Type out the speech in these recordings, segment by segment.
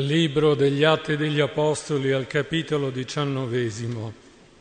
Dal Libro degli Atti degli Apostoli al capitolo 19.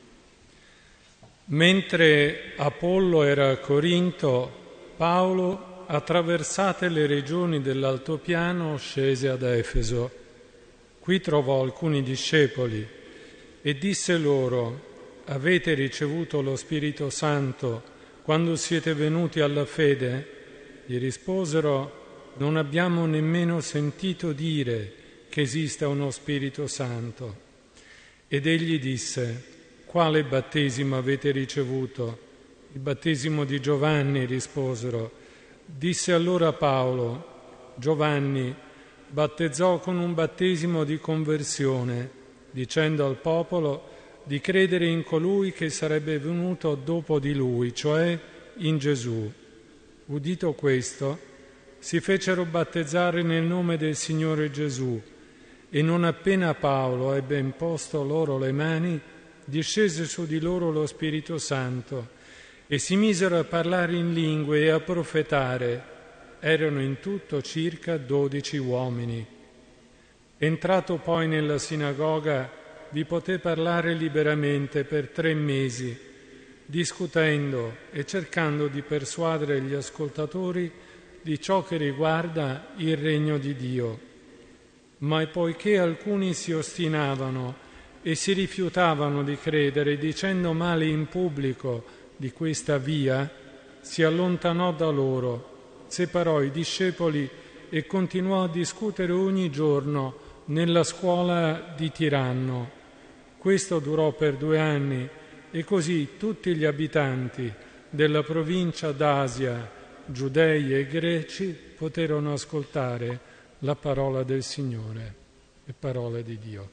Mentre Apollo era a Corinto, Paolo, attraversate le regioni dell'altopiano, scese ad Efeso. Qui trovò alcuni discepoli e disse loro: «Avete ricevuto lo Spirito Santo quando siete venuti alla fede?» Gli risposero: «Non abbiamo nemmeno sentito dire che esista uno Spirito Santo». Ed egli disse: «Quale battesimo avete ricevuto?» «Il battesimo di Giovanni», risposero. Disse allora Paolo: «Giovanni battezzò con un battesimo di conversione, dicendo al popolo di credere in colui che sarebbe venuto dopo di lui, cioè in Gesù». Udito questo, si fecero battezzare nel nome del Signore Gesù, e non appena Paolo ebbe imposto loro le mani, discese su di loro lo Spirito Santo, e si misero a parlare in lingue e a profetare. Erano in tutto circa 12 uomini. Entrato poi nella sinagoga, vi poté parlare liberamente per 3 mesi, discutendo e cercando di persuadere gli ascoltatori di ciò che riguarda il regno di Dio. Ma poiché alcuni si ostinavano e si rifiutavano di credere, dicendo male in pubblico di questa via, si allontanò da loro, separò i discepoli e continuò a discutere ogni giorno nella scuola di Tiranno. Questo durò per 2 anni, e così tutti gli abitanti della provincia d'Asia, giudei e greci, poterono ascoltare la parola del Signore, le parole di Dio.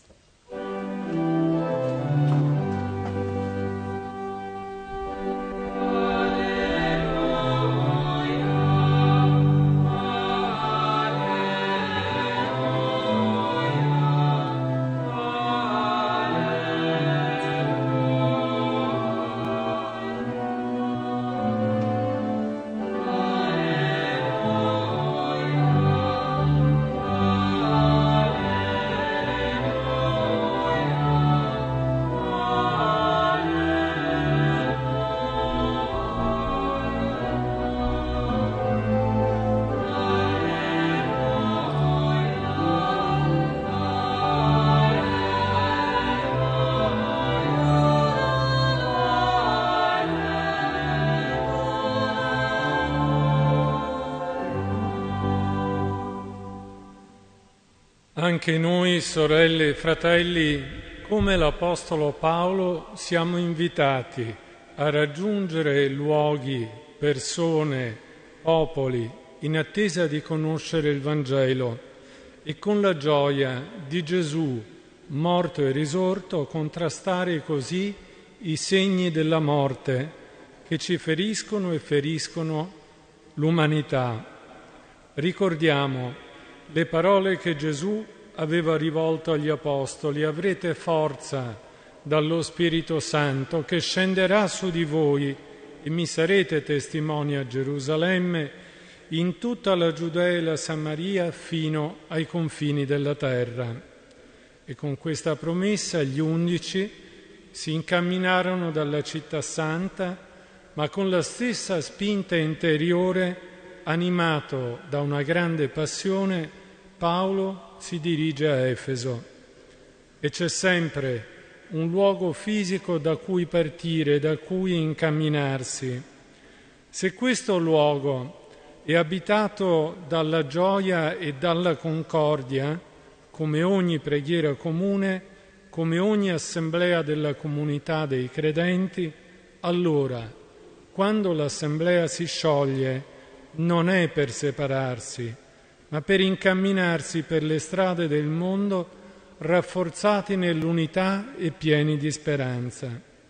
Anche noi, sorelle e fratelli, come l'Apostolo Paolo, siamo invitati a raggiungere luoghi, persone, popoli, in attesa di conoscere il Vangelo e con la gioia di Gesù, morto e risorto, contrastare così i segni della morte che ci feriscono e feriscono l'umanità. Ricordiamo le parole che Gesù aveva rivolto agli Apostoli: avrete forza dallo Spirito Santo che scenderà su di voi e mi sarete testimoni a Gerusalemme, in tutta la Giudea e la Samaria, fino ai confini della terra. E con questa promessa gli 11 si incamminarono dalla città santa, ma con la stessa spinta interiore, animato da una grande passione, Paolo si dirige a Efeso. E c'è sempre un luogo fisico da cui partire, da cui incamminarsi. Se questo luogo è abitato dalla gioia e dalla concordia, come ogni preghiera comune, come ogni assemblea della comunità dei credenti, allora, quando l'assemblea si scioglie, non è per separarsi, ma per incamminarsi per le strade del mondo, rafforzati nell'unità e pieni di speranza.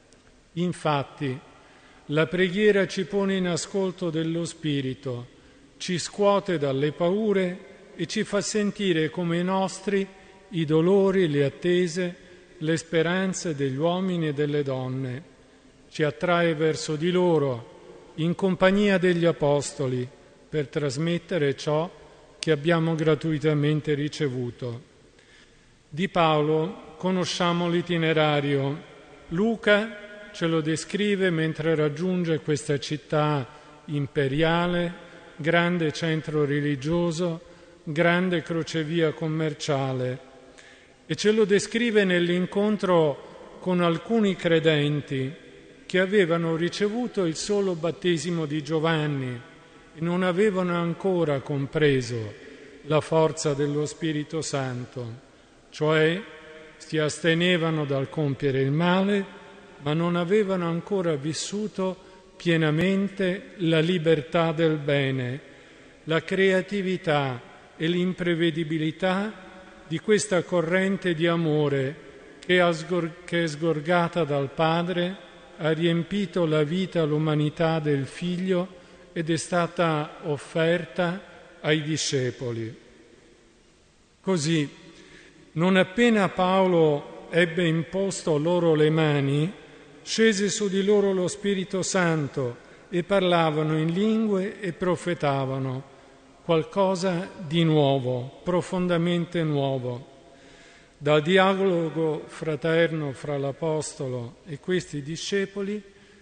Infatti, la preghiera ci pone in ascolto dello Spirito, ci scuote dalle paure e ci fa sentire come nostri i dolori, le attese, le speranze degli uomini e delle donne. Ci attrae verso di loro, in compagnia degli Apostoli, per trasmettere ciò che abbiamo gratuitamente ricevuto. Di Paolo conosciamo l'itinerario. Luca ce lo descrive mentre raggiunge questa città imperiale, grande centro religioso, grande crocevia commerciale, e ce lo descrive nell'incontro con alcuni credenti che avevano ricevuto il solo battesimo di Giovanni e non avevano ancora compreso la forza dello Spirito Santo, cioè si astenevano dal compiere il male, ma non avevano ancora vissuto pienamente la libertà del bene, la creatività e l'imprevedibilità di questa corrente di amore che è sgorgata dal Padre, ha riempito la vita, l'umanità del Figlio ed è stata offerta ai discepoli. Così, non appena Paolo ebbe imposto loro le mani, scese su di loro lo Spirito Santo e parlavano in lingue e profetavano, qualcosa di nuovo, profondamente nuovo. Dal dialogo fraterno fra l'Apostolo e questi discepoli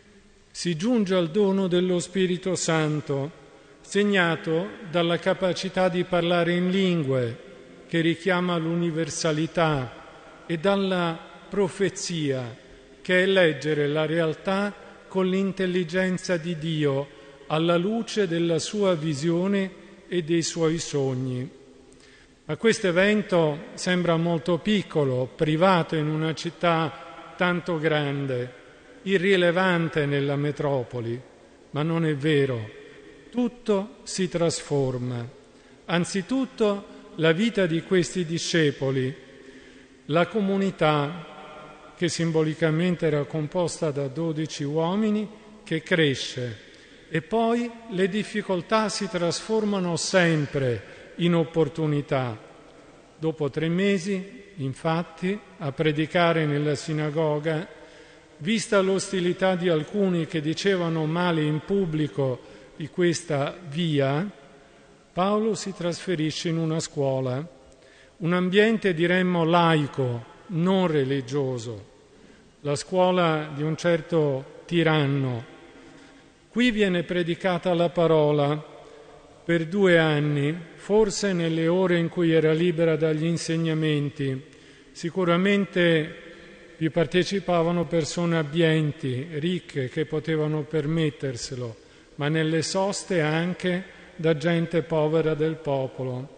si giunge al dono dello Spirito Santo, segnato dalla capacità di parlare in lingue, che richiama l'universalità, e dalla profezia, che è leggere la realtà con l'intelligenza di Dio, alla luce della sua visione e dei suoi sogni. Ma questo evento sembra molto piccolo, privato in una città tanto grande, irrilevante nella metropoli, ma non è vero. Tutto si trasforma. Anzitutto la vita di questi discepoli, la comunità, che simbolicamente era composta da 12 uomini, che cresce, e poi le difficoltà si trasformano sempre in opportunità. Dopo 3 mesi, infatti, a predicare nella sinagoga, vista l'ostilità di alcuni che dicevano male in pubblico di questa via, Paolo si trasferisce in una scuola, un ambiente diremmo laico, non religioso, la scuola di un certo tiranno. Qui viene predicata la parola per 2 anni, forse nelle ore in cui era libera dagli insegnamenti. Sicuramente vi partecipavano persone abbienti, ricche, che potevano permetterselo, ma nelle soste anche da gente povera del popolo.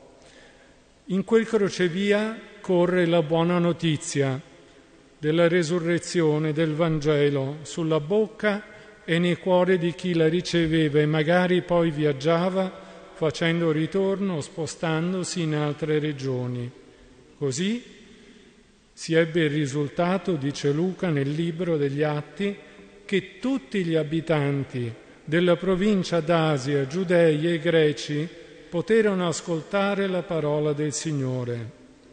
In quel crocevia corre la buona notizia della resurrezione, del Vangelo, sulla bocca e nei cuori di chi la riceveva e magari poi viaggiava facendo ritorno, spostandosi in altre regioni. Così si ebbe il risultato, dice Luca nel libro degli Atti, che tutti gli abitanti della provincia d'Asia, giudei e greci, poterono ascoltare la parola del Signore.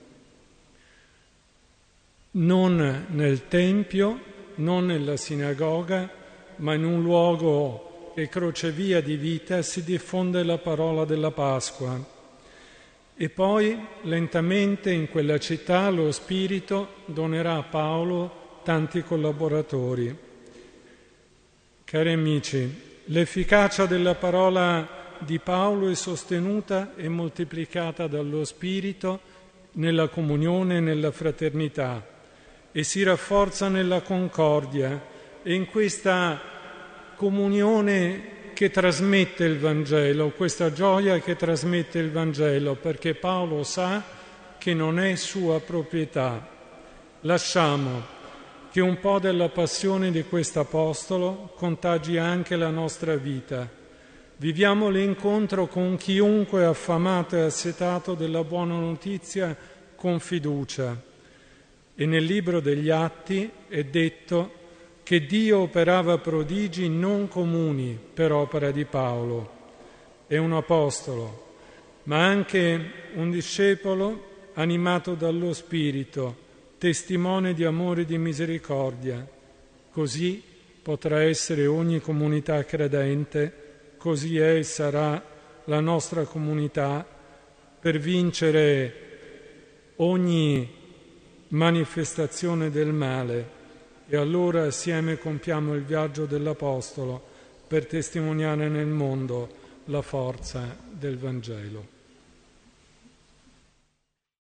Non nel Tempio, non nella sinagoga, ma in un luogo che crocevia di vita si diffonde la parola della Pasqua. E poi, lentamente, in quella città lo Spirito donerà a Paolo tanti collaboratori. Cari amici, l'efficacia della parola di Paolo è sostenuta e moltiplicata dallo Spirito nella comunione e nella fraternità e si rafforza nella concordia e in questa comunione che trasmette il Vangelo, questa gioia che trasmette il Vangelo, perché Paolo sa che non è sua proprietà. Lasciamo che un po' della passione di quest'Apostolo contagi anche la nostra vita. Viviamo l'incontro con chiunque è affamato e assetato della buona notizia con fiducia. E nel libro degli Atti è detto che Dio operava prodigi non comuni per opera di Paolo. È un apostolo, ma anche un discepolo animato dallo Spirito, testimone di amore e di misericordia. Così potrà essere ogni comunità credente, così è e sarà la nostra comunità, per vincere ogni manifestazione del male, e allora assieme compiamo il viaggio dell'Apostolo per testimoniare nel mondo la forza del Vangelo.